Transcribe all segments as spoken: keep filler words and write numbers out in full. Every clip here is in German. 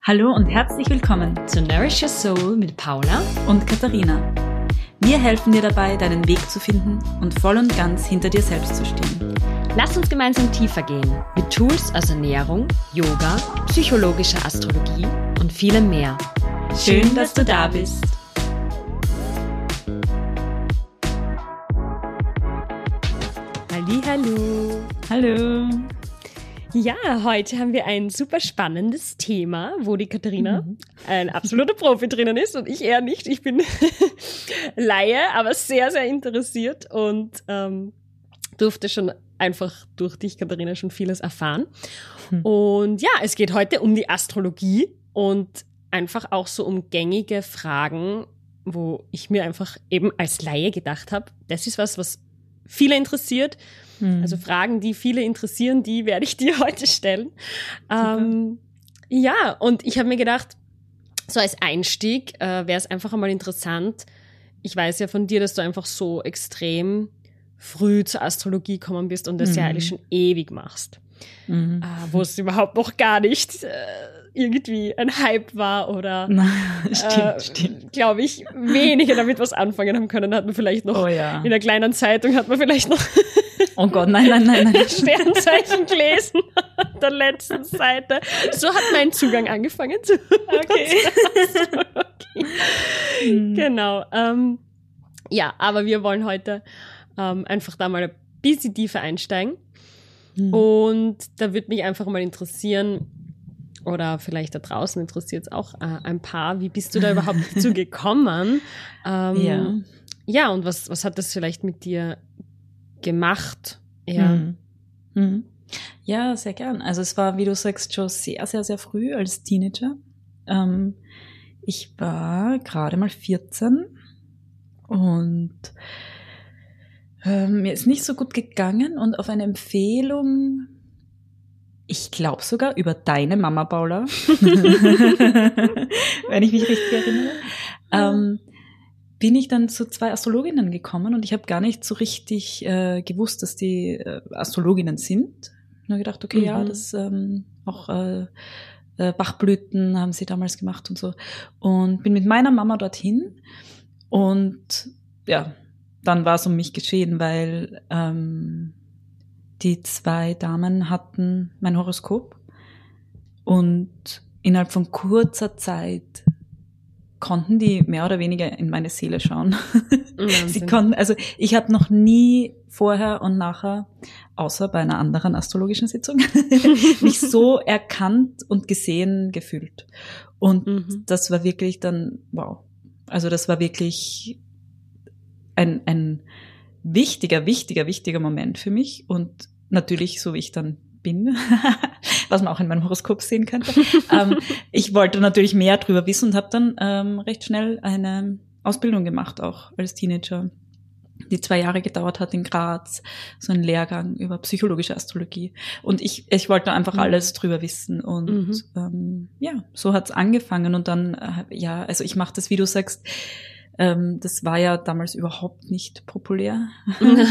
Hallo und herzlich willkommen zu Nourish Your Soul mit Paula und Katharina. Wir helfen dir dabei, deinen Weg zu finden und voll und ganz hinter dir selbst zu stehen. Lass uns gemeinsam tiefer gehen mit Tools aus Ernährung, Yoga, psychologischer Astrologie und vielem mehr. Schön, dass du da bist. Hallihallo. Hallo. Ja, heute haben wir ein super spannendes Thema, wo die Katharina mhm. ein absoluter Profi drinnen ist und ich eher nicht. Ich bin Laie, aber sehr, sehr interessiert und ähm, durfte schon einfach durch dich, Katharina, schon vieles erfahren. Mhm. Und ja, es geht heute um die Astrologie und einfach auch so um gängige Fragen, wo ich mir einfach eben als Laie gedacht habe, das ist was, was viele interessiert. Mhm. Also Fragen, die viele interessieren, die werde ich dir heute stellen. Ähm, ja, und ich habe mir gedacht, so als Einstieg äh, wäre es einfach einmal interessant. Ich weiß ja von dir, dass du einfach so extrem früh zur Astrologie gekommen bist und das mhm. ja eigentlich schon ewig machst. Mhm. Äh, wo es überhaupt noch gar nicht äh, irgendwie ein Hype war oder stimmt, äh, stimmt. glaube ich, wenige damit was anfangen haben können. Hat man vielleicht noch oh, ja. in einer kleinen Zeitung hat man vielleicht noch oh Gott, nein, nein, nein, nein. Sternzeichen gelesen an der letzten Seite. So hat mein Zugang angefangen zu okay. Astrologie. Hm. Genau. Ähm, ja, aber wir wollen heute ähm, einfach da mal ein bisschen tiefer einsteigen. Hm. Und da würde mich einfach mal interessieren, oder vielleicht da draußen interessiert es auch äh, ein paar, wie bist du da überhaupt dazu gekommen? Ähm, ja. Ja, und was, was hat das vielleicht mit dir gemacht? Ja. Mhm. Mhm. Ja, sehr gern. Also es war, wie du sagst, schon sehr, sehr, sehr früh als Teenager. Ähm, ich war gerade mal vierzehn und äh, mir ist nicht so gut gegangen und auf eine Empfehlung, ich glaube sogar über deine Mama, Paula, wenn ich mich richtig erinnere, ähm, bin ich dann zu zwei Astrologinnen gekommen und ich habe gar nicht so richtig äh, gewusst, dass die äh, Astrologinnen sind. Ich habe gedacht, okay, mhm. ja, das ähm, auch äh, äh, Bachblüten haben sie damals gemacht und so. Und bin mit meiner Mama dorthin und ja, dann war es um mich geschehen, weil ähm, die zwei Damen hatten mein Horoskop und innerhalb von kurzer Zeit konnten die mehr oder weniger in meine Seele schauen. Sie konnten, also ich habe noch nie vorher und nachher, außer bei einer anderen astrologischen Sitzung, mich so erkannt und gesehen gefühlt. Und mhm. das war wirklich dann, wow. Also das war wirklich ein, ein wichtiger, wichtiger, wichtiger Moment für mich und natürlich, so wie ich dann bin, was man auch in meinem Horoskop sehen könnte. ähm, ich wollte natürlich mehr drüber wissen und habe dann ähm, recht schnell eine Ausbildung gemacht, auch als Teenager, die zwei Jahre gedauert hat in Graz, so ein Lehrgang über psychologische Astrologie. Und ich ich wollte einfach mhm. alles drüber wissen und mhm. ähm, ja, so hat's angefangen und dann, äh, ja, also ich mache das, wie du sagst, Ähm, das war ja damals überhaupt nicht populär. Mhm.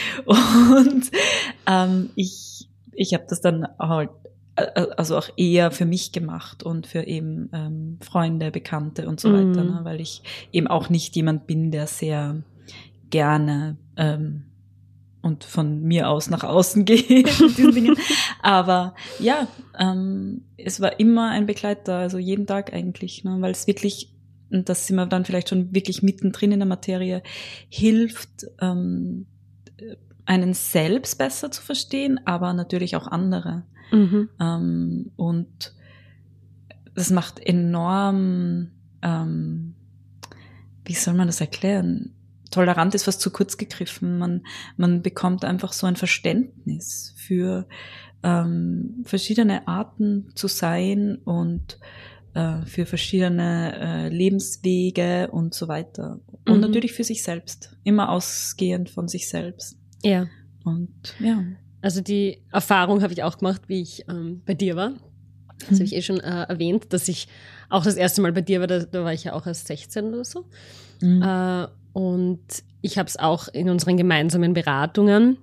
Und ähm, ich ich habe das dann halt also auch eher für mich gemacht und für eben ähm, Freunde, Bekannte und so mhm. weiter, ne? Weil ich eben auch nicht jemand bin, der sehr gerne ähm, und von mir aus nach außen geht mit diesen Dingen. Aber ja, ähm, es war immer ein Begleiter, also jeden Tag eigentlich, ne? Weil es wirklich, und das sind wir dann vielleicht schon wirklich mittendrin in der Materie, hilft, ähm, einen selbst besser zu verstehen, aber natürlich auch andere. Mhm. Ähm, und das macht enorm, ähm, wie soll man das erklären? Tolerant ist fast zu kurz gegriffen. Man, man bekommt einfach so ein Verständnis für ähm, verschiedene Arten zu sein und für verschiedene äh, Lebenswege und so weiter. Und mhm. natürlich für sich selbst. Immer ausgehend von sich selbst. Ja. Und ja. Also die Erfahrung habe ich auch gemacht, wie ich ähm, bei dir war. Das mhm. habe ich eh schon äh, erwähnt, dass ich auch das erste Mal bei dir war, da, da war ich ja auch erst sechzehn oder so. Mhm. Äh, und ich habe es auch in unseren gemeinsamen Beratungen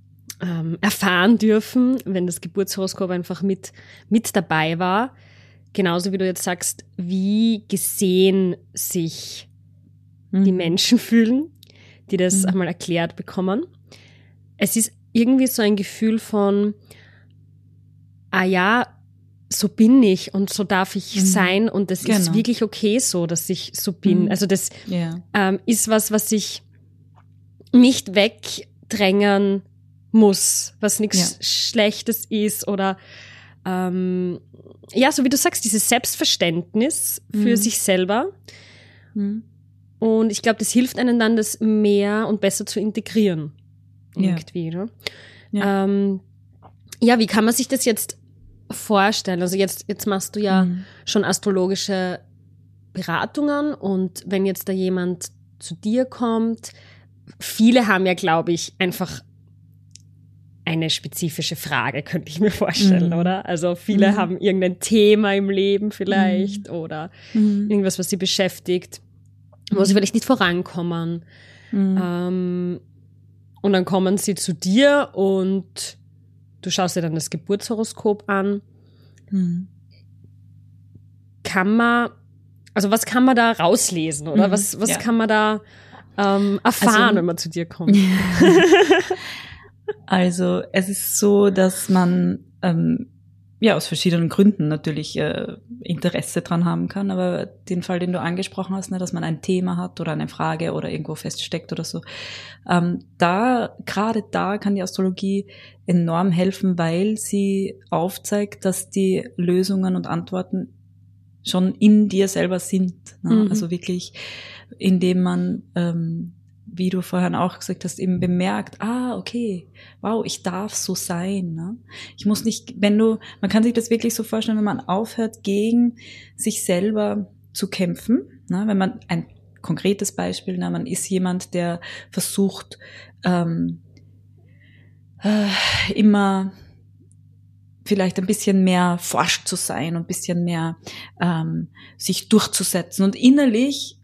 ähm, erfahren dürfen, wenn das Geburtshoroskop einfach mit, mit dabei war, genauso wie du jetzt sagst, wie gesehen sich mhm. die Menschen fühlen, die das mhm. einmal erklärt bekommen. Es ist irgendwie so ein Gefühl von, ah ja, so bin ich und so darf ich mhm. sein und das genau. ist wirklich okay so, dass ich so bin. Mhm. Also das yeah. ähm, ist was, was ich nicht wegdrängen muss, was nichts ja. Schlechtes ist oder ähm, ja, so wie du sagst, dieses Selbstverständnis für mhm. sich selber. Mhm. Und ich glaube, das hilft einem dann, das mehr und besser zu integrieren. Irgendwie, ja. Ne? Ja. Ähm, ja, wie kann man sich das jetzt vorstellen? Also jetzt, jetzt machst du ja mhm. schon astrologische Beratungen und wenn jetzt da jemand zu dir kommt, viele haben ja, glaube ich, einfach eine spezifische Frage, könnte ich mir vorstellen, mhm. oder? Also viele mhm. haben irgendein Thema im Leben vielleicht mhm. oder mhm. irgendwas, was sie beschäftigt, wo mhm. sie vielleicht nicht vorankommen. Mhm. Ähm, und dann kommen sie zu dir und du schaust dir dann das Geburtshoroskop an. Mhm. Kann man, also was kann man da rauslesen, oder? Mhm. Was, was ja. kann man da ähm, erfahren, also, wenn man zu dir kommt? Also es ist so, dass man ähm, ja aus verschiedenen Gründen natürlich äh, Interesse dran haben kann, aber den Fall, den du angesprochen hast, ne, dass man ein Thema hat oder eine Frage oder irgendwo feststeckt oder so, ähm, da gerade da kann die Astrologie enorm helfen, weil sie aufzeigt, dass die Lösungen und Antworten schon in dir selber sind, ne? Mhm. Also wirklich, indem man ähm, wie du vorhin auch gesagt hast, eben bemerkt, ah, okay, wow, ich darf so sein. Ne? Ich muss nicht, wenn du, man kann sich das wirklich so vorstellen, wenn man aufhört, gegen sich selber zu kämpfen, ne? Wenn man, ein konkretes Beispiel, ne? Man ist jemand, der versucht, ähm, äh, immer vielleicht ein bisschen mehr forsch zu sein und ein bisschen mehr ähm, sich durchzusetzen und innerlich,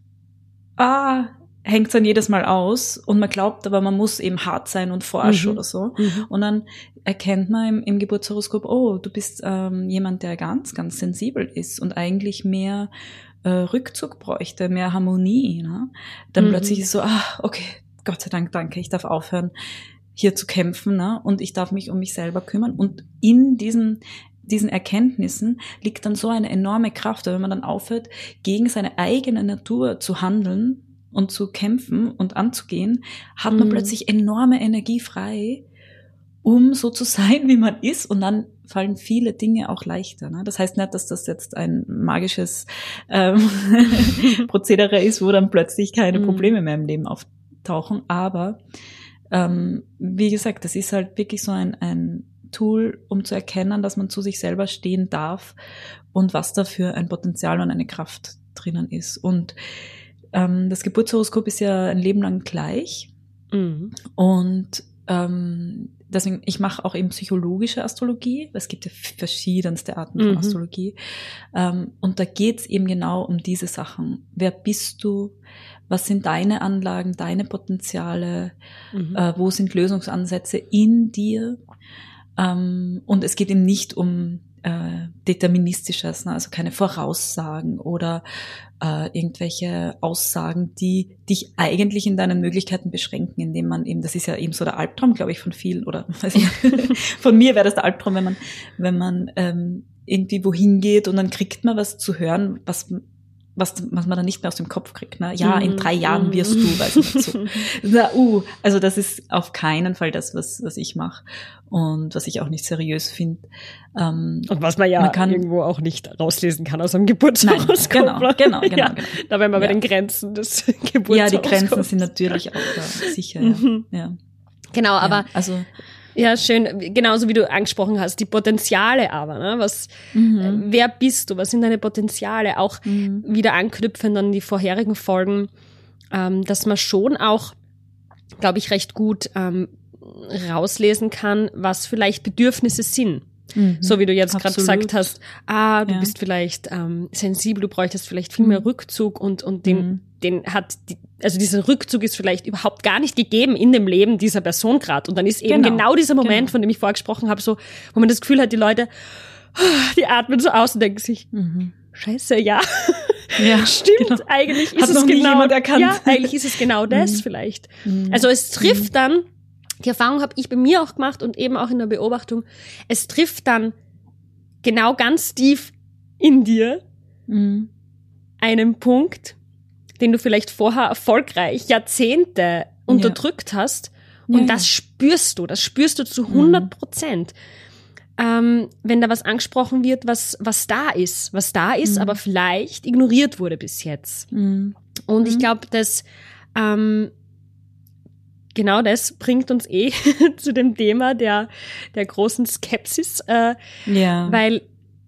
ah, hängt es dann jedes Mal aus und man glaubt aber, man muss eben hart sein und forsch mhm. oder so. Mhm. Und dann erkennt man im, im Geburtshoroskop, oh, du bist ähm, jemand, der ganz, ganz sensibel ist und eigentlich mehr äh, Rückzug bräuchte, mehr Harmonie. Ne? Dann mhm. plötzlich ist so, ah, okay, Gott sei Dank, danke, ich darf aufhören, hier zu kämpfen, ne? Und ich darf mich um mich selber kümmern. Und in diesen diesen Erkenntnissen liegt dann so eine enorme Kraft, wenn man dann aufhört, gegen seine eigene Natur zu handeln und zu kämpfen und anzugehen, hat man mhm. plötzlich enorme Energie frei, um so zu sein, wie man ist, und dann fallen viele Dinge auch leichter. Ne? Das heißt nicht, dass das jetzt ein magisches ähm, Prozedere ist, wo dann plötzlich keine mhm. Probleme mehr im Leben auftauchen, aber ähm, wie gesagt, das ist halt wirklich so ein, ein Tool, um zu erkennen, dass man zu sich selber stehen darf und was dafür ein Potenzial und eine Kraft drinnen ist. Und ähm, das Geburtshoroskop ist ja ein Leben lang gleich. Mhm. Und ähm, deswegen, ich mache auch eben psychologische Astrologie. Es gibt ja verschiedenste Arten von mhm. Astrologie. Ähm, und da geht's eben genau um diese Sachen. Wer bist du? Was sind deine Anlagen, deine Potenziale? Mhm. Äh, wo sind Lösungsansätze in dir? Ähm, und es geht eben nicht um äh, Deterministisches, ne? Also keine Voraussagen oder äh, irgendwelche Aussagen, die dich eigentlich in deinen Möglichkeiten beschränken, indem man eben, das ist ja eben so der Albtraum, glaube ich, von vielen, oder weiß ich, von mir wäre das der Albtraum, wenn man, wenn man ähm, irgendwie wohin geht und dann kriegt man was zu hören, was was, was man dann nicht mehr aus dem Kopf kriegt. Ne? Ja, in drei Jahren wirst du, weiß nicht so. Na, uh, also das ist auf keinen Fall das, was, was ich mache und was ich auch nicht seriös finde. Ähm, und was man ja man kann, irgendwo auch nicht rauslesen kann aus einem Geburtshoroskop. Genau, genau, genau, ja, genau. Da wären wir ja. bei den Grenzen des Geburtshoroskops. Ja, die Grenzen sind natürlich auch da, sicher. Mhm. Ja. Ja. Genau, aber ja, also ja, schön, genauso wie du angesprochen hast, die Potenziale aber, ne? Was, mhm. äh, wer bist du, was sind deine Potenziale? Auch mhm. wieder anknüpfen an die vorherigen Folgen, ähm, dass man schon auch, glaube ich, recht gut ähm, rauslesen kann, was vielleicht Bedürfnisse sind. Mhm. So wie du jetzt gerade gesagt hast, ah, du ja. bist vielleicht ähm, sensibel, du bräuchtest vielleicht viel mehr mhm. Rückzug und, und den, mhm. den hat, die, also dieser Rückzug ist vielleicht überhaupt gar nicht gegeben in dem Leben dieser Person gerade. Und dann ist eben genau, genau dieser Moment, genau. von dem ich vorher gesprochen habe, so, wo man das Gefühl hat, die Leute, die atmen so aus und denken sich, mhm. Scheiße, ja. Ja, stimmt, genau. eigentlich ist Hat es noch nie genau, jemand erkannt. ja, eigentlich ist es genau das Mhm. vielleicht. Mhm. Also es trifft dann, die Erfahrung habe ich bei mir auch gemacht und eben auch in der Beobachtung, es trifft dann genau ganz tief in dir Mhm. einen Punkt, den du vielleicht vorher erfolgreich Jahrzehnte unterdrückt hast und Ja, das ja. spürst du, das spürst du zu hundert Prozent. Ähm, wenn da was angesprochen wird, was, was da ist, was da ist, Mhm. aber vielleicht ignoriert wurde bis jetzt. Mhm. Und ich Mhm. glaube, dass ähm, genau das bringt uns eh zu dem Thema der, der großen Skepsis, äh, Ja. weil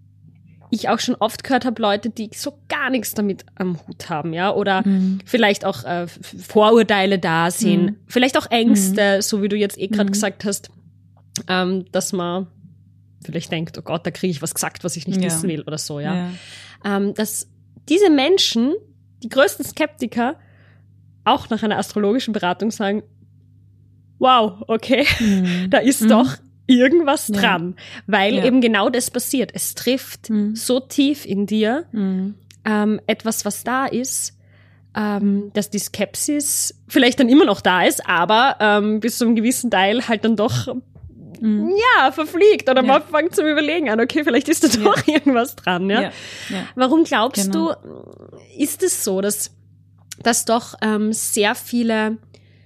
ich auch schon oft gehört habe, Leute, die so gar nichts damit am Hut haben, ja, oder Mhm. vielleicht auch äh, Vorurteile da sind, Mhm. vielleicht auch Ängste, so wie du jetzt eh gerade Mhm. gesagt hast, ähm, dass man vielleicht denkt, oh Gott, da kriege ich was gesagt, was ich nicht Ja. wissen will oder so, ja. Ja. Ähm, dass diese Menschen, die größten Skeptiker, auch nach einer astrologischen Beratung sagen, wow, okay, Mhm. da ist Mhm. doch irgendwas Ja. dran, weil Ja. eben genau das passiert. Es trifft Mhm. so tief in dir Mhm. ähm, etwas, was da ist, ähm, dass die Skepsis vielleicht dann immer noch da ist, aber ähm, bis zu einem gewissen Teil halt dann doch Mhm. ja, verfliegt oder Ja. man fängt zum Überlegen an, okay, vielleicht ist da doch irgendwas dran, ja. Ja. Ja. Warum glaubst Genau. du, ist es so, dass, dass doch ähm, sehr viele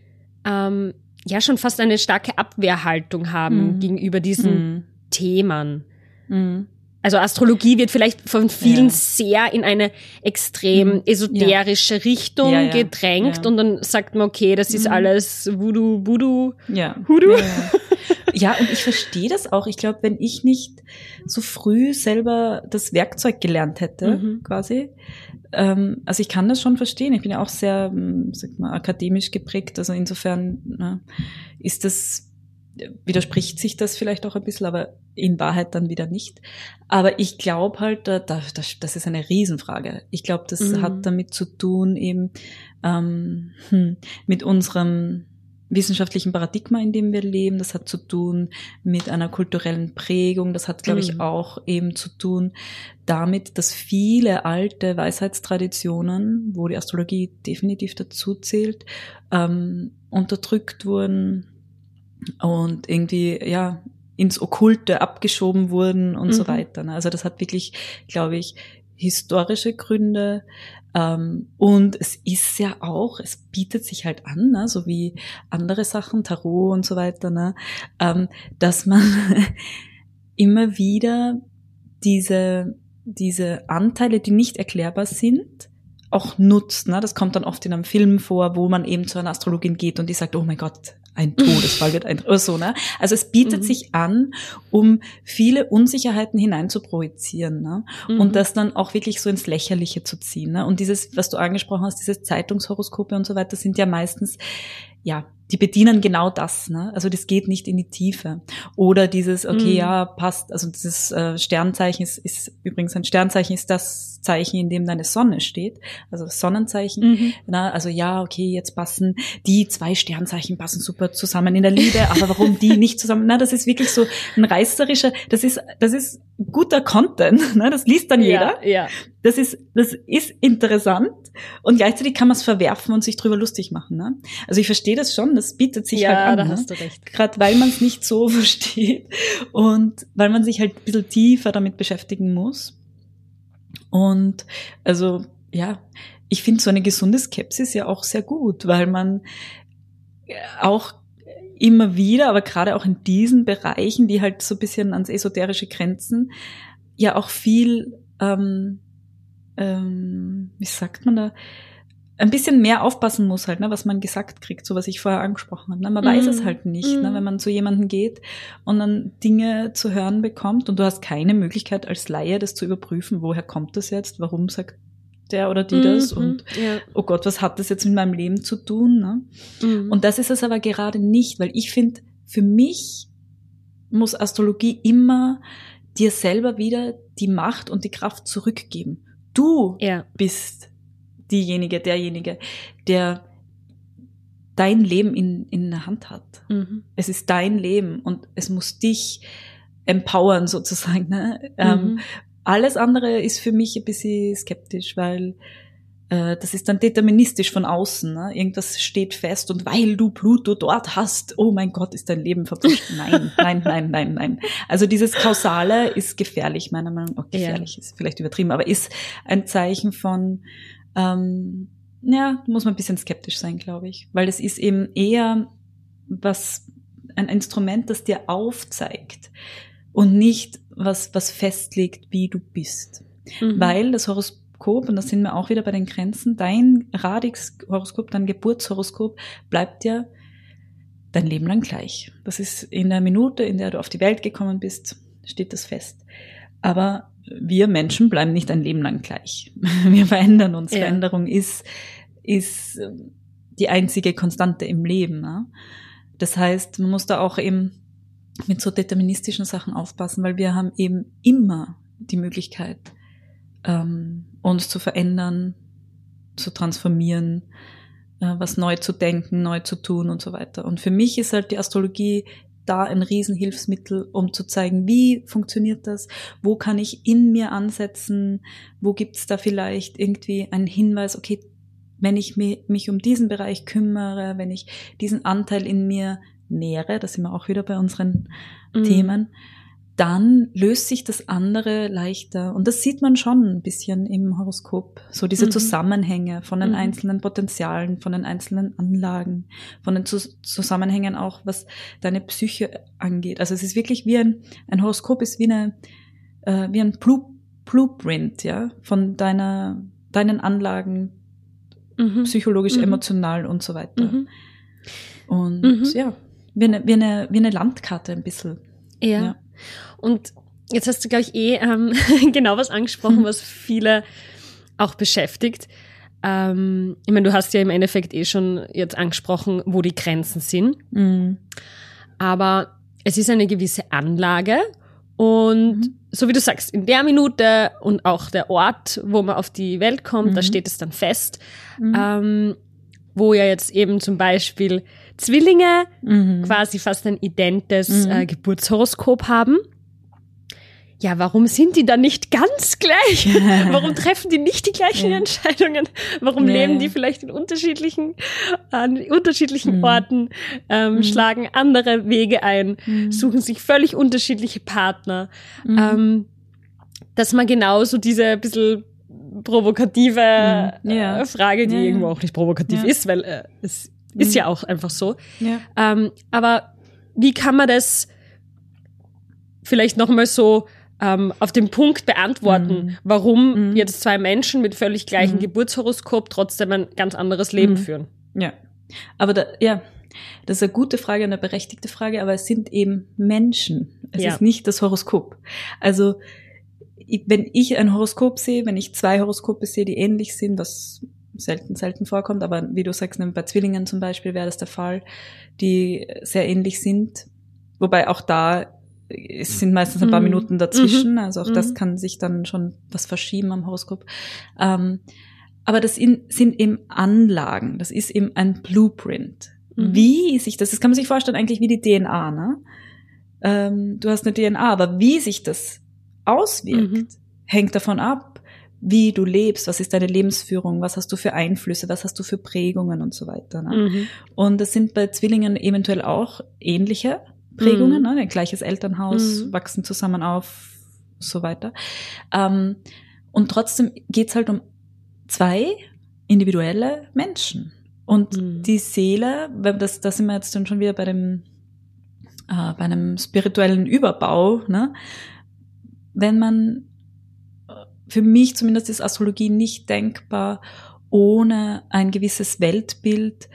ähm, ja schon fast eine starke Abwehrhaltung haben Mhm. gegenüber diesen Mhm. Themen? Mhm. Also Astrologie wird vielleicht von vielen Ja. sehr in eine extrem Mhm. esoterische Richtung Ja, ja. gedrängt Ja. und dann sagt man, okay, das ist Mhm. alles Voodoo, Voodoo. Ja. Hudu? Ja, ja. Ja, und ich verstehe das auch. Ich glaube, wenn ich nicht so früh selber das Werkzeug gelernt hätte, Mhm. quasi, ähm, also ich kann das schon verstehen. Ich bin ja auch sehr, ähm, sag mal, akademisch geprägt. Also insofern ne, ist das, widerspricht sich das vielleicht auch ein bisschen, aber in Wahrheit dann wieder nicht. Aber ich glaube halt, da, da, das ist eine Riesenfrage. Ich glaube, das Mhm. hat damit zu tun eben ähm, hm, mit unserem wissenschaftlichen Paradigma, in dem wir leben. Das hat zu tun mit einer kulturellen Prägung. Das hat, glaube ich, Mhm. auch eben zu tun damit, dass viele alte Weisheitstraditionen, wo die Astrologie definitiv dazu zählt, ähm, unterdrückt wurden und irgendwie, ja, ins Okkulte abgeschoben wurden und Mhm. so weiter. ne? Also das hat wirklich, glaube ich, historische Gründe. Ähm, und es ist ja auch, es bietet sich halt an, ne, so wie andere Sachen, Tarot und so weiter, ne, ähm, dass man immer wieder diese, diese Anteile, die nicht erklärbar sind, auch nutzt. Ne? Das kommt dann oft in einem Film vor, wo man eben zu einer Astrologin geht und die sagt, oh mein Gott, ein Todesfall wird ein, oder so, ne? Also es bietet Mhm. sich an, um viele Unsicherheiten hinein zu projizieren, ne? Mhm. Und das dann auch wirklich so ins Lächerliche zu ziehen, ne? Und dieses, was du angesprochen hast, diese Zeitungshoroskope und so weiter, sind ja meistens, ja, die bedienen genau das, ne? Also das geht nicht in die Tiefe. Oder dieses, okay, Mhm. ja, passt, also dieses äh, Sternzeichen ist, ist übrigens ein Sternzeichen ist das Zeichen, in dem deine Sonne steht, also das Sonnenzeichen. Mhm. Na, also ja, okay, jetzt passen die zwei Sternzeichen passen super zusammen in der Liebe, aber warum die nicht zusammen? Na, das ist wirklich so ein reißerischer, das ist, das ist guter Content, ne? Das liest dann jeder. Ja, ja. Das ist, das ist interessant und gleichzeitig kann man es verwerfen und sich drüber lustig machen. Ne? Also ich verstehe das schon, das bietet sich Ja, halt an. da Ne? hast du recht. Gerade weil man es nicht so versteht und weil man sich halt ein bisschen tiefer damit beschäftigen muss. Und also ja, ich finde so eine gesunde Skepsis ja auch sehr gut, weil man auch immer wieder, aber gerade auch in diesen Bereichen, die halt so ein bisschen ans Esoterische grenzen, ja auch viel, ähm, ähm, wie sagt man da, ein bisschen mehr aufpassen muss halt, ne, was man gesagt kriegt, so was ich vorher angesprochen habe. Ne? Man Mhm. weiß es halt nicht, Mhm. ne, wenn man zu jemandem geht und dann Dinge zu hören bekommt und du hast keine Möglichkeit als Laie, das zu überprüfen, woher kommt das jetzt, warum sagt der oder die das Mhm. und Ja. oh Gott, was hat das jetzt mit meinem Leben zu tun? Ne? Mhm. Und das ist es aber gerade nicht, weil ich finde, für mich muss Astrologie immer dir selber wieder die Macht und die Kraft zurückgeben. Du Ja. bist diejenige, derjenige, der dein Leben in, in der Hand hat. Mhm. Es ist dein Leben und es muss dich empowern sozusagen. Ne? Mhm. Ähm, alles andere ist für mich ein bisschen skeptisch, weil äh, das ist dann deterministisch von außen. Ne? Irgendwas steht fest und weil du Pluto dort hast, oh mein Gott, ist dein Leben verpflichtet. Nein, nein, nein, nein, nein. Also dieses Kausale ist gefährlich, meiner Meinung nach. Oh, gefährlich ja. ist vielleicht übertrieben, aber ist ein Zeichen von, ähm, ja, muss man ein bisschen skeptisch sein, glaube ich. Weil es ist eben eher was, ein Instrument, das dir aufzeigt und nicht was, was festlegt, wie du bist. Mhm. Weil das Horoskop, und da sind wir auch wieder bei den Grenzen, dein Radix-Horoskop, dein Geburtshoroskop bleibt ja dein Leben lang gleich. Das ist in der Minute, in der du auf die Welt gekommen bist, steht das fest. Aber wir Menschen bleiben nicht ein Leben lang gleich. Wir verändern uns. Ja. Veränderung ist, ist die einzige Konstante im Leben. Ne? Das heißt, man muss da auch eben mit so deterministischen Sachen aufpassen, weil wir haben eben immer die Möglichkeit, ähm, uns zu verändern, zu transformieren, äh, was neu zu denken, neu zu tun und so weiter. Und für mich ist halt die Astrologie da ein Riesenhilfsmittel, um zu zeigen, wie funktioniert das, wo kann ich in mir ansetzen, wo gibt's da vielleicht irgendwie einen Hinweis, okay, wenn ich mich um diesen Bereich kümmere, wenn ich diesen Anteil in mir nähere, da sind wir auch wieder bei unseren mhm. Themen, dann löst sich das andere leichter. Und das sieht man schon ein bisschen im Horoskop. So diese mhm. Zusammenhänge von den mhm. einzelnen Potenzialen, von den einzelnen Anlagen, von den Zus- Zusammenhängen auch, was deine Psyche angeht. Also es ist wirklich wie ein, ein Horoskop ist wie eine, äh, wie ein Blu- Blueprint, ja, von deiner, deinen Anlagen, mhm. psychologisch, mhm. emotional und so weiter. Mhm. Und mhm. ja, wie eine, wie eine, wie eine Landkarte ein bisschen. Ja. ja. Und jetzt hast du, glaube ich, eh ähm, genau was angesprochen, was viele auch beschäftigt. Ähm, ich meine, du hast ja im Endeffekt eh schon jetzt angesprochen, wo die Grenzen sind. Mhm. Aber es ist eine gewisse Anlage und mhm. so wie du sagst, in der Minute und auch der Ort, wo man auf die Welt kommt, mhm. da steht es dann fest. Mhm. Ähm, wo ja jetzt eben zum Beispiel Zwillinge mhm. quasi fast ein identes mhm. äh, Geburtshoroskop haben. Ja, warum sind die dann nicht ganz gleich? Warum treffen die nicht die gleichen ja. Entscheidungen? Warum ja. leben die vielleicht in unterschiedlichen, an unterschiedlichen mhm. Orten, ähm, mhm. schlagen andere Wege ein, mhm. suchen sich völlig unterschiedliche Partner? Mhm. Ähm, dass man genauso diese bisschen provokative mm, yeah. äh, Frage, die ja, irgendwo ja. auch nicht provokativ ja. ist, weil äh, es mm. ist ja auch einfach so. Ja. Ähm, aber wie kann man das vielleicht nochmal so ähm, auf den Punkt beantworten, mm. warum mm. jetzt zwei Menschen mit völlig gleichem mm. Geburtshoroskop trotzdem ein ganz anderes Leben mm. führen? Ja, aber da, ja, das ist eine gute Frage, eine berechtigte Frage, aber es sind eben Menschen. Es ja. ist nicht das Horoskop. Also wenn ich ein Horoskop sehe, wenn ich zwei Horoskope sehe, die ähnlich sind, was selten, selten vorkommt, aber wie du sagst, bei Zwillingen zum Beispiel wäre das der Fall, die sehr ähnlich sind, wobei auch da es sind meistens ein paar mhm. Minuten dazwischen, mhm. also auch mhm. das kann sich dann schon was verschieben am Horoskop. Ähm, aber das in, sind eben Anlagen, das ist eben ein Blueprint. Mhm. Wie sich das, das kann man sich vorstellen eigentlich wie die D N A, ne? Ähm, du hast eine D N A, aber wie sich das auswirkt, mhm. hängt davon ab, wie du lebst, was ist deine Lebensführung, was hast du für Einflüsse, was hast du für Prägungen und so weiter. Ne? Mhm. Und das sind bei Zwillingen eventuell auch ähnliche Prägungen, mhm. ne? Ein gleiches Elternhaus, mhm. wachsen zusammen auf, so weiter. Ähm, und trotzdem geht's halt um zwei individuelle Menschen. Und mhm. die Seele, das, da sind wir jetzt dann schon wieder bei dem, äh, bei einem spirituellen Überbau, ne? Wenn man, für mich zumindest ist Astrologie nicht denkbar ohne ein gewisses Weltbild,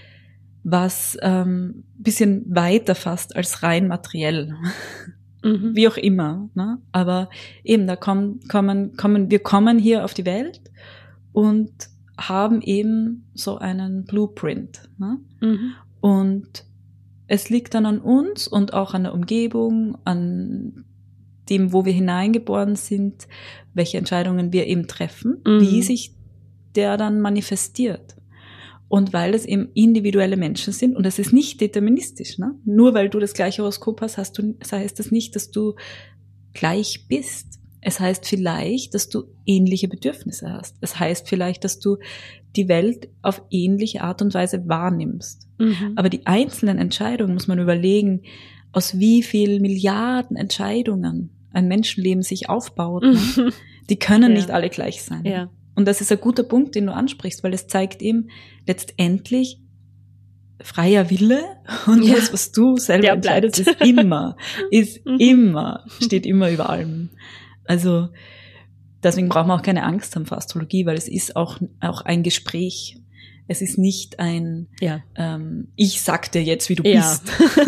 was ähm, bisschen weiter fasst als rein materiell. Mhm. Wie auch immer. Ne? Aber eben, da kommen, kommen, kommen, wir kommen hier auf die Welt und haben eben so einen Blueprint. Ne? Mhm. Und es liegt dann an uns und auch an der Umgebung, an dem, wo wir hineingeboren sind, welche Entscheidungen wir eben treffen, mhm. wie sich der dann manifestiert. Und weil es eben individuelle Menschen sind und es ist nicht deterministisch, ne? Nur weil du das gleiche Horoskop hast, hast du, heißt das nicht, dass du gleich bist. Es heißt vielleicht, dass du ähnliche Bedürfnisse hast. Es heißt vielleicht, dass du die Welt auf ähnliche Art und Weise wahrnimmst. Mhm. Aber die einzelnen Entscheidungen muss man überlegen, aus wie viel Milliarden Entscheidungen ein Menschenleben sich aufbaut. Ne? Die können ja. nicht alle gleich sein. Ja. Und das ist ein guter Punkt, den du ansprichst, weil es zeigt eben letztendlich freier Wille und ja. das, was du selber Der entscheidest, ist immer, ist mhm. immer, steht immer über allem. Also deswegen brauchen wir auch keine Angst haben vor Astrologie, weil es ist auch, auch ein Gespräch. Es ist nicht ein, ja. ähm, ich sag dir jetzt, wie du ja. bist.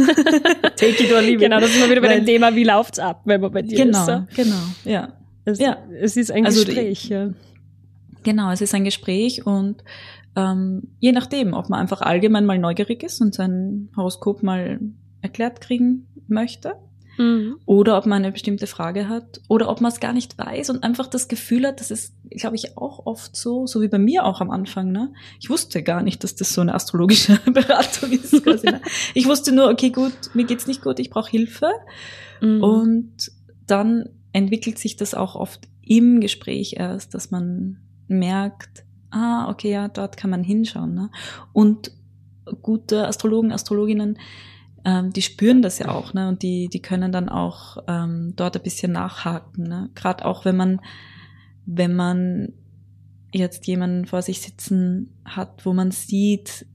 Take it or leave it. Genau, das ist immer wieder bei dem Thema, wie läuft's ab, wenn man bei dir genau, ist. Genau, genau, ja. Es, ja. es ist ein also Gespräch, die, ja. Genau, es ist ein Gespräch und ähm, je nachdem, ob man einfach allgemein mal neugierig ist und sein Horoskop mal erklärt kriegen möchte mhm. oder ob man eine bestimmte Frage hat oder ob man es gar nicht weiß und einfach das Gefühl hat, das ist, glaube ich, auch oft so, so wie bei mir auch am Anfang. Ne? Ich wusste gar nicht, dass das so eine astrologische Beratung ist. Quasi, ne? Ich wusste nur, okay, gut, mir geht's nicht gut, ich brauche Hilfe mhm. und dann entwickelt sich das auch oft im Gespräch erst, dass man merkt, ah, okay, ja, dort kann man hinschauen. Ne? Und gute Astrologen, Astrologinnen, ähm, die spüren das ja auch, ne? Und die, die können dann auch ähm, dort ein bisschen nachhaken. Ne? Gerade auch, wenn man, wenn man jetzt jemanden vor sich sitzen hat, wo man sieht,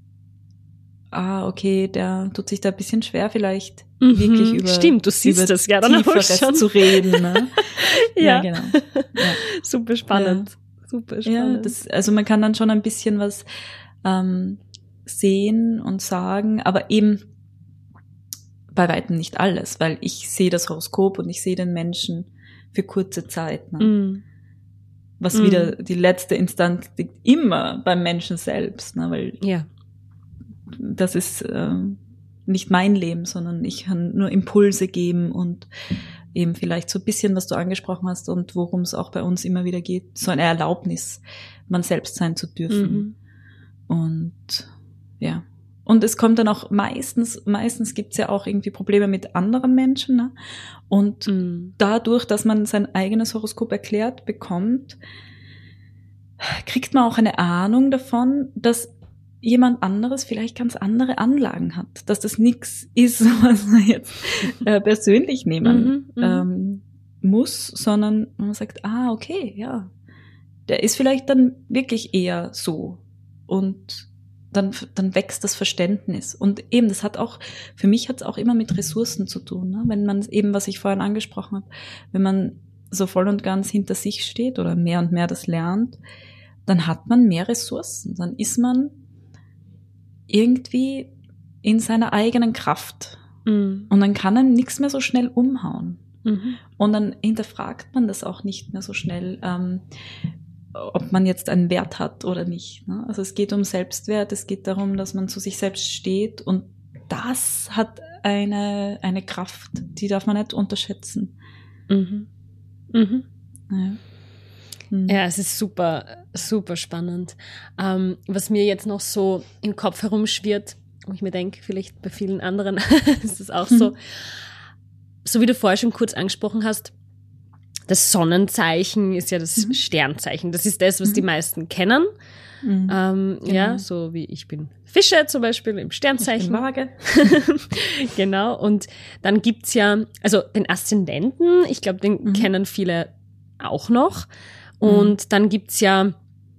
ah, okay, der tut sich da ein bisschen schwer, vielleicht mhm, wirklich über, stimmt, du siehst über das ja dann auch schon zu reden. Ne? ja. ja, genau. Ja. Super spannend. Ja. Super spannend. Ja, das, also man kann dann schon ein bisschen was ähm, sehen und sagen, aber eben bei weitem nicht alles, weil ich sehe das Horoskop und ich sehe den Menschen für kurze Zeit. Ne? Mm. Was mm. wieder die letzte Instanz liegt immer beim Menschen selbst, ne? Weil ja. das ist äh, nicht mein Leben, sondern ich kann nur Impulse geben und eben vielleicht so ein bisschen, was du angesprochen hast und worum es auch bei uns immer wieder geht, so eine Erlaubnis, man selbst sein zu dürfen. Mhm. Und ja, und es kommt dann auch meistens, meistens gibt's ja auch irgendwie Probleme mit anderen Menschen. Ne? Und mhm. dadurch, dass man sein eigenes Horoskop erklärt bekommt, kriegt man auch eine Ahnung davon, dass jemand anderes vielleicht ganz andere Anlagen hat, dass das nichts ist, was man jetzt äh, persönlich nehmen mhm, ähm, muss, sondern man sagt, ah, okay, ja, der ist vielleicht dann wirklich eher so und dann dann wächst das Verständnis und eben, das hat auch, für mich hat es auch immer mit Ressourcen zu tun, ne? Wenn man eben, was ich vorhin angesprochen habe, wenn man so voll und ganz hinter sich steht oder mehr und mehr das lernt, dann hat man mehr Ressourcen, dann ist man irgendwie in seiner eigenen Kraft. Mhm. Und dann kann einem nichts mehr so schnell umhauen. Mhm. Und dann hinterfragt man das auch nicht mehr so schnell, ähm, ob man jetzt einen Wert hat oder nicht. Ne? Also es geht um Selbstwert, es geht darum, dass man zu sich selbst steht und das hat eine, eine Kraft, die darf man nicht unterschätzen. Mhm. Mhm. Ja. Ja, es ist super, super spannend. Ähm, was mir jetzt noch so im Kopf herumschwirrt, wo ich mir denke, vielleicht bei vielen anderen ist das auch so, so wie du vorher schon kurz angesprochen hast, das Sonnenzeichen ist ja das mhm. Sternzeichen. Das ist das, was mhm. die meisten kennen. Mhm. Ähm, genau. Ja, so wie ich bin Fische zum Beispiel im Sternzeichen. Ich bin Waage. Genau. Und dann gibt's ja, also den Aszendenten, ich glaube, den mhm. kennen viele auch noch. Und mhm. dann gibt's ja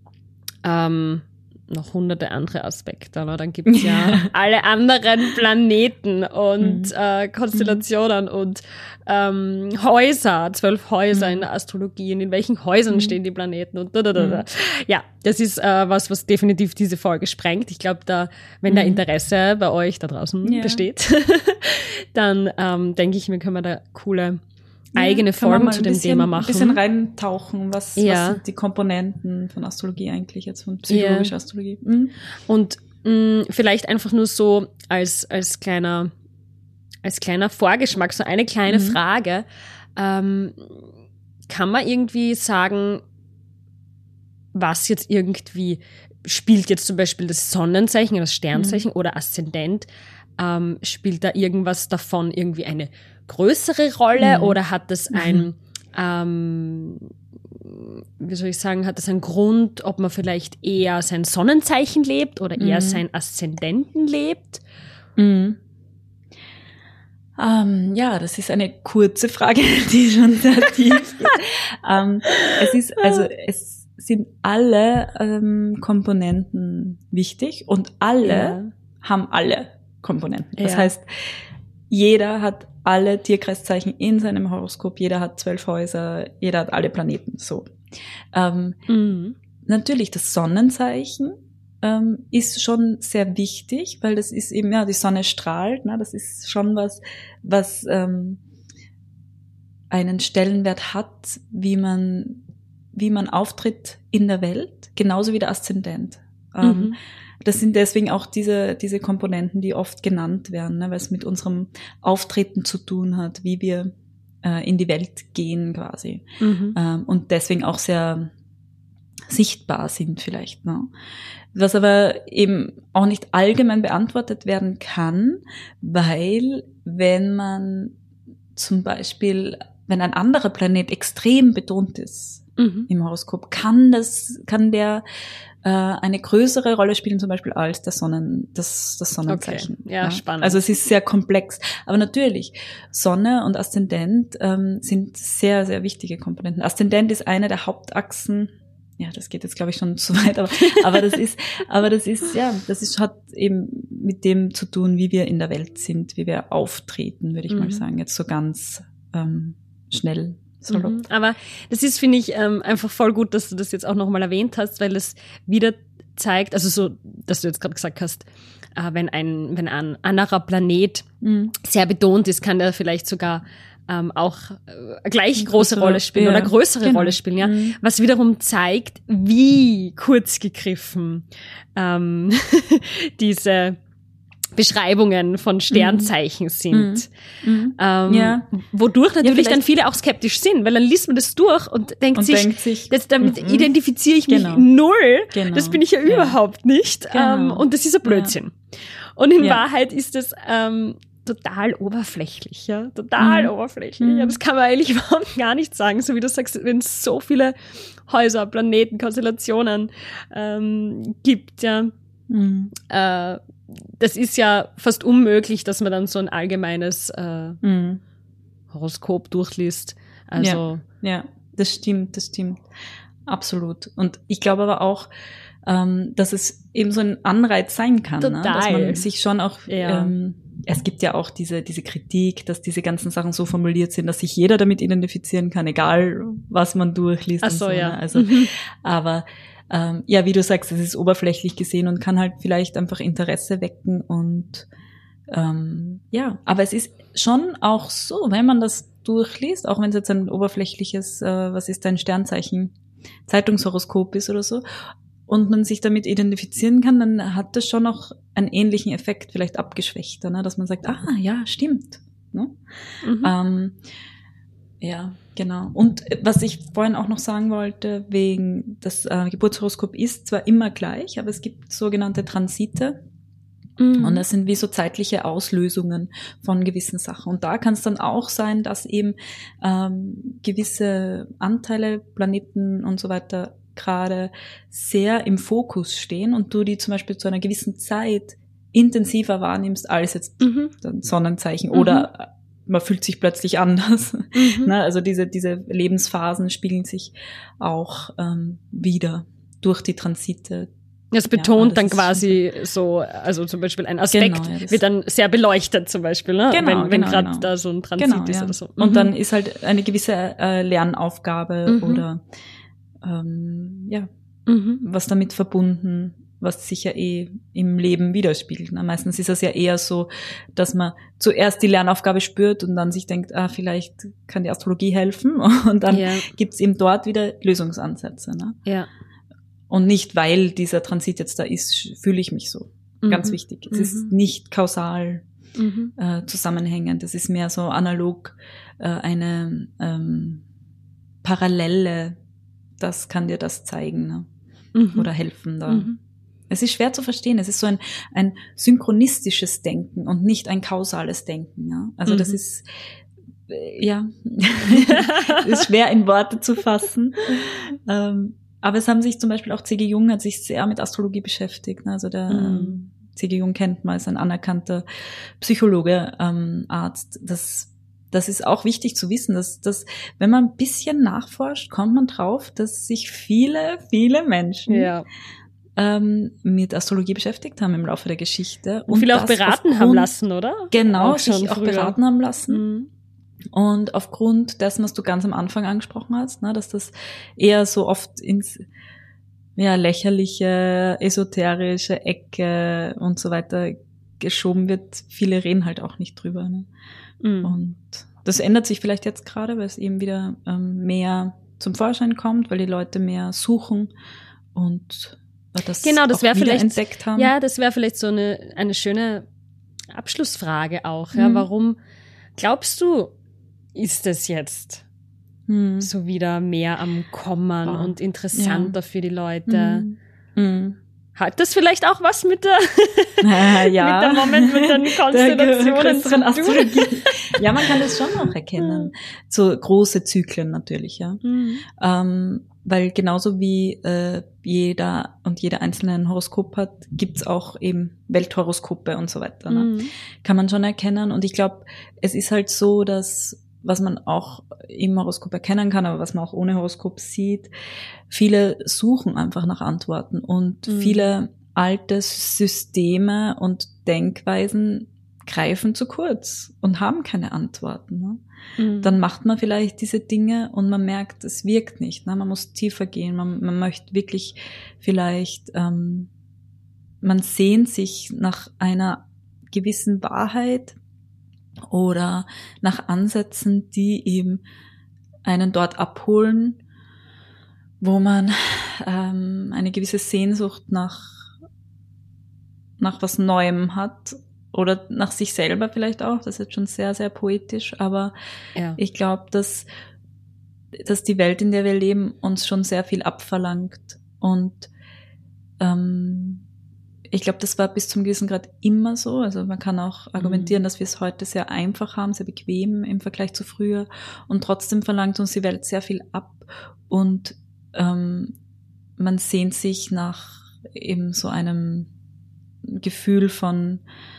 ähm, noch hunderte andere Aspekte. Oder? Dann gibt's ja alle anderen Planeten und mhm. äh, Konstellationen mhm. und ähm, Häuser, zwölf Häuser mhm. in der Astrologie. Und in welchen Häusern mhm. stehen die Planeten und da, da, da, da. Mhm. Ja, das ist äh, was, was definitiv diese Folge sprengt. Ich glaube, da, wenn mhm. da Interesse bei euch da draußen ja. besteht, dann ähm, denke ich mir, können wir da coole eigene ja, Folgen zu dem bisschen, Thema machen. Ein bisschen reintauchen, was, ja. was sind die Komponenten von Astrologie eigentlich jetzt, von psychologischer ja. Astrologie. Mhm. Und mh, vielleicht einfach nur so als, als kleiner, als kleiner Vorgeschmack, so eine kleine mhm. Frage. Ähm, kann man irgendwie sagen, was jetzt irgendwie spielt jetzt zum Beispiel das Sonnenzeichen, das Sternzeichen mhm. oder Aszendent, ähm, spielt da irgendwas davon irgendwie eine größere Rolle mhm. oder hat das ein, ähm, wie soll ich sagen, hat das einen Grund, ob man vielleicht eher sein Sonnenzeichen lebt oder eher mhm. sein Aszendenten lebt? Mhm. Ähm, ja, das ist eine kurze Frage, die schon sehr tief ist. ähm, es ist, also es sind alle ähm, Komponenten wichtig und alle ja. haben alle Komponenten. Das ja. heißt, jeder hat alle Tierkreiszeichen in seinem Horoskop, jeder hat zwölf Häuser, jeder hat alle Planeten, so. Ähm, mhm. Natürlich das Sonnenzeichen ähm, ist schon sehr wichtig, weil das ist eben, ja, die Sonne strahlt, ne, das ist schon was, was ähm, einen Stellenwert hat, wie man, wie man auftritt in der Welt, genauso wie der Aszendent. Ähm, mhm. Das sind deswegen auch diese, diese Komponenten, die oft genannt werden, ne, weil es mit unserem Auftreten zu tun hat, wie wir äh, in die Welt gehen quasi. Mhm. Ähm, und deswegen auch sehr sichtbar sind vielleicht. Ne? Was aber eben auch nicht allgemein beantwortet werden kann, weil wenn man zum Beispiel, wenn ein anderer Planet extrem betont ist mhm. im Horoskop, kann das, kann der äh, eine größere Rolle spielen, zum Beispiel als der Sonnen, das, das Sonnenzeichen. Okay. Ja, ja, spannend. Also es ist sehr komplex. Aber natürlich, Sonne und Aszendent ähm, sind sehr, sehr wichtige Komponenten. Aszendent ist eine der Hauptachsen. Ja, das geht jetzt, glaube ich, schon zu weit, aber, aber das ist, aber das ist, ja, das ist, hat eben mit dem zu tun, wie wir in der Welt sind, wie wir auftreten, würde ich mhm. mal sagen, jetzt so ganz ähm, schnell. Mhm. Aber das ist, finde ich, ähm, einfach voll gut, dass du das jetzt auch nochmal erwähnt hast, weil es wieder zeigt, also so, dass du jetzt gerade gesagt hast, äh, wenn ein, wenn ein anderer Planet mhm. sehr betont ist, kann der vielleicht sogar ähm, auch äh, gleich große Rolle spielen ja. oder größere genau. Rolle spielen, ja. Mhm. Was wiederum zeigt, wie kurz gegriffen ähm, diese Beschreibungen von Sternzeichen mhm. sind. Mhm. Ähm, ja. Wodurch natürlich ja, dann viele auch skeptisch sind, weil dann liest man das durch und denkt und sich, denkt sich das, damit mhm. identifiziere ich mich genau. null, genau. das bin ich ja, ja. überhaupt nicht genau. ähm, und das ist ein Blödsinn. Ja. Und in ja. Wahrheit ist es ähm, total oberflächlich, ja, total mhm. oberflächlich. Mhm. Ja, das kann man eigentlich überhaupt gar nicht sagen, so wie du sagst, wenn es so viele Häuser, Planeten, Konstellationen ähm, gibt, ja, mhm. äh, das ist ja fast unmöglich, dass man dann so ein allgemeines äh, mhm. Horoskop durchliest. Also ja, ja, das stimmt, das stimmt. Absolut. Und ich glaube aber auch, ähm, dass es eben so ein Anreiz sein kann, ne? Dass man sich schon auch, ja. ähm, es gibt ja auch diese diese Kritik, dass diese ganzen Sachen so formuliert sind, dass sich jeder damit identifizieren kann, egal was man durchliest. Ach so, und so, ja. Ne? Also, mhm. aber Ähm, ja, wie du sagst, es ist oberflächlich gesehen und kann halt vielleicht einfach Interesse wecken und ähm, ja, aber es ist schon auch so, wenn man das durchliest, auch wenn es jetzt ein oberflächliches, äh, was ist dein Sternzeichen, Zeitungshoroskop ist oder so, und man sich damit identifizieren kann, dann hat das schon auch einen ähnlichen Effekt, vielleicht abgeschwächter, ne? Dass man sagt, ah, ja, stimmt. Ne? Mhm. Ähm, ja, genau. Und was ich vorhin auch noch sagen wollte, wegen das äh, Geburtshoroskop ist zwar immer gleich, aber es gibt sogenannte Transite. Mhm. Und das sind wie so zeitliche Auslösungen von gewissen Sachen. Und da kann es dann auch sein, dass eben ähm, gewisse Anteile, Planeten und so weiter gerade sehr im Fokus stehen und du die zum Beispiel zu einer gewissen Zeit intensiver wahrnimmst als jetzt mhm. ein Sonnenzeichen mhm. oder man fühlt sich plötzlich anders. Mhm. Ne? Also diese diese Lebensphasen spiegeln sich auch ähm, wieder durch die Transite. Das betont ja, das dann quasi so, also zum Beispiel ein Aspekt genau, ja, wird dann sehr beleuchtet zum Beispiel, ne? Genau, wenn, wenn genau, gerade genau. da so ein Transit genau, ist ja. oder so. Mhm. Und dann Mhm. ist halt eine gewisse äh, Lernaufgabe mhm. oder ähm, ja, mhm. was damit verbunden, was sich ja eh im Leben widerspiegelt. Ne? Meistens ist es ja eher so, dass man zuerst die Lernaufgabe spürt und dann sich denkt, ah, vielleicht kann die Astrologie helfen und dann ja. gibt's eben dort wieder Lösungsansätze. Ne? Ja. Und nicht, weil dieser Transit jetzt da ist, fühle ich mich so. Mhm. Ganz wichtig. Es mhm. ist nicht kausal mhm. äh, zusammenhängend. Es ist mehr so analog äh, eine ähm, Parallele. Das kann dir das zeigen. Ne? mhm. oder helfen da. Mhm. Es ist schwer zu verstehen. Es ist so ein, ein synchronistisches Denken und nicht ein kausales Denken. Ja? Also mhm. das ist, äh, ja, ist schwer in Worte zu fassen. ähm, aber es haben sich zum Beispiel auch C G Jung hat sich sehr mit Astrologie beschäftigt. Ne? Also der mhm. ähm, C G Jung kennt man, ist ein anerkannter Psychologe, ähm, Arzt. Das, das ist auch wichtig zu wissen, dass, dass wenn man ein bisschen nachforscht, kommt man drauf, dass sich viele, viele Menschen ja. ähm, mit Astrologie beschäftigt haben im Laufe der Geschichte. Und, und viele auch beraten aufgrund, haben lassen, oder? Genau, auch sich auch früher. beraten haben lassen. Mhm. Und aufgrund dessen, was du ganz am Anfang angesprochen hast, ne, dass das eher so oft ins ja, lächerliche, esoterische Ecke und so weiter geschoben wird, viele reden halt auch nicht drüber. Ne? Mhm. Und das ändert sich vielleicht jetzt gerade, weil es eben wieder ähm, mehr zum Vorschein kommt, weil die Leute mehr suchen und das genau, das wäre vielleicht entdeckt haben. Ja, das wäre vielleicht so eine eine schöne Abschlussfrage auch. Ja, mhm. Warum glaubst du, ist es jetzt mhm. so wieder mehr am Kommen oh. und interessanter ja. für die Leute? Mhm. Mhm. Hat das vielleicht auch was mit der, äh, ja. mit der Moment, mit den Konstellationen zu tun? Ja, man kann das schon auch erkennen. So große Zyklen natürlich, ja. Mhm. Ähm, weil genauso wie äh, jeder und jeder einzelne ein Horoskop hat, gibt's auch eben Welthoroskope und so weiter. Ne? Mhm. Kann man schon erkennen. Und ich glaube, es ist halt so, dass was man auch im Horoskop erkennen kann, aber was man auch ohne Horoskop sieht, viele suchen einfach nach Antworten und mhm. viele alte Systeme und Denkweisen greifen zu kurz und haben keine Antworten. Ne? Mhm. Dann macht man vielleicht diese Dinge und man merkt, es wirkt nicht. Ne? Man muss tiefer gehen, man, man möchte wirklich vielleicht, ähm, man sehnt sich nach einer gewissen Wahrheit oder nach Ansätzen, die eben einen dort abholen, wo man ähm, eine gewisse Sehnsucht nach, nach was Neuem hat. Oder nach sich selber vielleicht auch, das ist jetzt schon sehr, sehr poetisch, aber ja. ich glaube, dass, dass die Welt, in der wir leben, uns schon sehr viel abverlangt. Und ähm, ich glaube, das war bis zum gewissen Grad immer so. Also man kann auch argumentieren, mhm. dass wir es heute sehr einfach haben, sehr bequem im Vergleich zu früher. Und trotzdem verlangt uns die Welt sehr viel ab. Und ähm, man sehnt sich nach eben so einem Gefühl von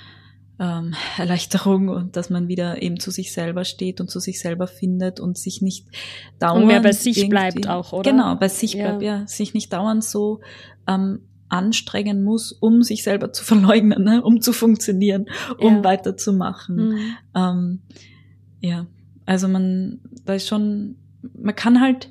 Ähm, Erleichterung und dass man wieder eben zu sich selber steht und zu sich selber findet und sich nicht dauernd und mehr bei sich bleibt auch, oder? Genau, bei sich ja. bleibt, ja, sich nicht dauernd so ähm, anstrengen muss, um sich selber zu verleugnen, ne? Um zu funktionieren, um ja. weiterzumachen. Mhm. Ähm, ja, also man, da ist schon, man kann halt,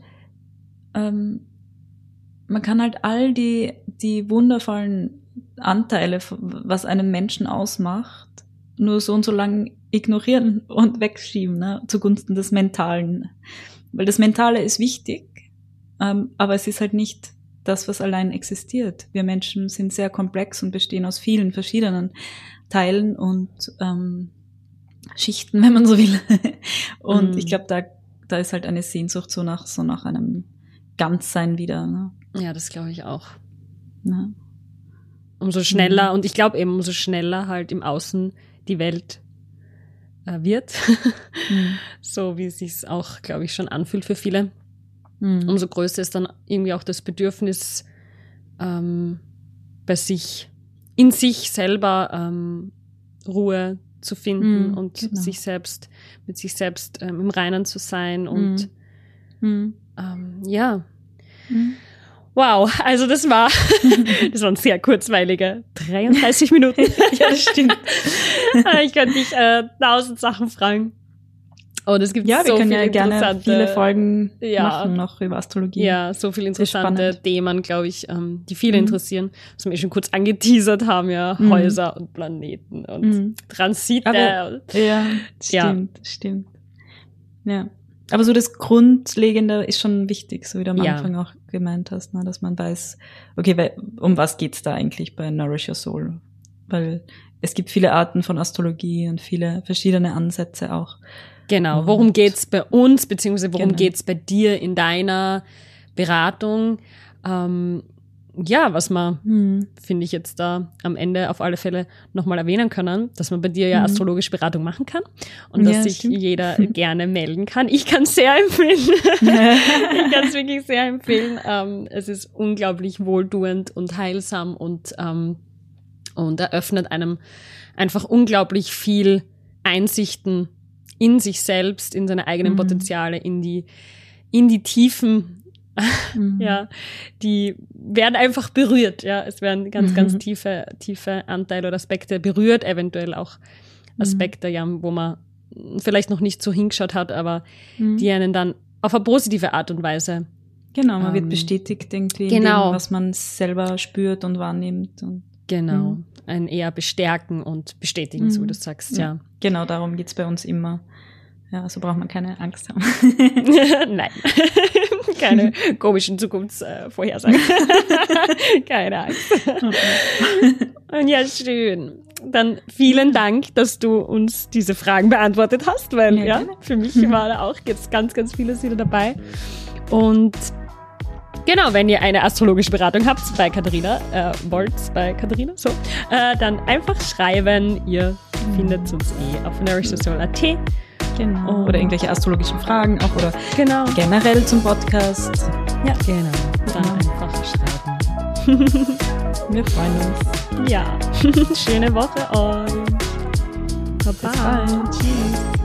ähm, man kann halt all die die wundervollen Anteile, was einen Menschen ausmacht, nur so und so lang ignorieren und wegschieben, ne, zugunsten des Mentalen. Weil das Mentale ist wichtig, ähm, aber es ist halt nicht das, was allein existiert. Wir Menschen sind sehr komplex und bestehen aus vielen verschiedenen Teilen und ähm, Schichten, wenn man so will. Und mm. ich glaube, da da ist halt eine Sehnsucht so nach so nach einem Ganzsein wieder. Ne? Ja, das glaube ich auch. Ja. Umso schneller, mhm. und ich glaube eben, umso schneller halt im Außen die Welt äh, wird, mhm. so wie es sich auch, glaube ich, schon anfühlt für viele. Mhm. Umso größer ist dann irgendwie auch das Bedürfnis, ähm, bei sich, in sich selber ähm, Ruhe zu finden mhm, und genau. sich selbst, mit sich selbst ähm, im Reinen zu sein und mhm. ähm, ja. Mhm. Wow, also das war, das waren sehr kurzweilige dreiunddreißig Minuten. Ja, das stimmt. Ich könnte dich äh, tausend Sachen fragen. Und es gibt ja, so wir können viele ja gerne interessante, viele Folgen ja, machen noch über Astrologie. Ja, so viele interessante Themen, glaube ich, ähm, die viele mhm. interessieren. Was wir schon kurz angeteasert haben, ja, mhm. Häuser und Planeten und mhm. Transite. Aber, ja, stimmt, ja. stimmt. Ja. Aber so das Grundlegende ist schon wichtig, so wie du am ja. Anfang auch gemeint hast, ne, dass man weiß, okay, weil, um was geht's da eigentlich bei Nourish Your Soul? Weil es gibt viele Arten von Astrologie und viele verschiedene Ansätze auch. Genau, worum geht's bei uns, beziehungsweise worum genau. geht's bei dir in deiner Beratung? Ähm, ja, was man, Mhm. finde ich jetzt da am Ende auf alle Fälle nochmal erwähnen können, dass man bei dir ja Mhm. astrologische Beratung machen kann und dass Ja, sich stimmt. jeder gerne melden kann. Ich kann es sehr empfehlen. Ich kann es wirklich sehr empfehlen. Ähm, es ist unglaublich wohltuend und heilsam und, ähm, und eröffnet einem einfach unglaublich viel Einsichten in sich selbst, in seine eigenen Mhm. Potenziale, in die, in die Tiefen. Mhm. Ja, die werden einfach berührt, ja. Es werden ganz, Mhm. ganz tiefe, tiefe Anteile oder Aspekte berührt, eventuell auch Aspekte, ja, wo man vielleicht noch nicht so hingeschaut hat, aber Mhm. die einen dann auf eine positive Art und Weise. Genau, man Ähm, wird bestätigt irgendwie genau. in dem, was man selber spürt und wahrnimmt. Und Genau, Mhm. ein eher bestärken und bestätigen, so wie Mhm. du sagst, ja. Genau, darum geht's bei uns immer. Ja, also braucht man keine Angst haben. Nein, keine komischen Zukunftsvorhersagen. Keine Angst. Und ja, schön. Dann vielen Dank, dass du uns diese Fragen beantwortet hast, weil Ja, ja, gerne. für mich war da auch jetzt ganz, ganz vieles wieder dabei. Und genau, wenn ihr eine astrologische Beratung habt bei Katharina, äh, wollt bei Katharina, so, äh, dann einfach schreiben. Ihr findet uns eh auf nourished soul punkt a t. Genau. Oh. Oder irgendwelche astrologischen Fragen auch oder Genau. generell zum Podcast. Ja, genau. Dann Genau. einfach schreiben. Wir freuen uns. Ja, schöne Woche euch. Bis bald. Tschüss.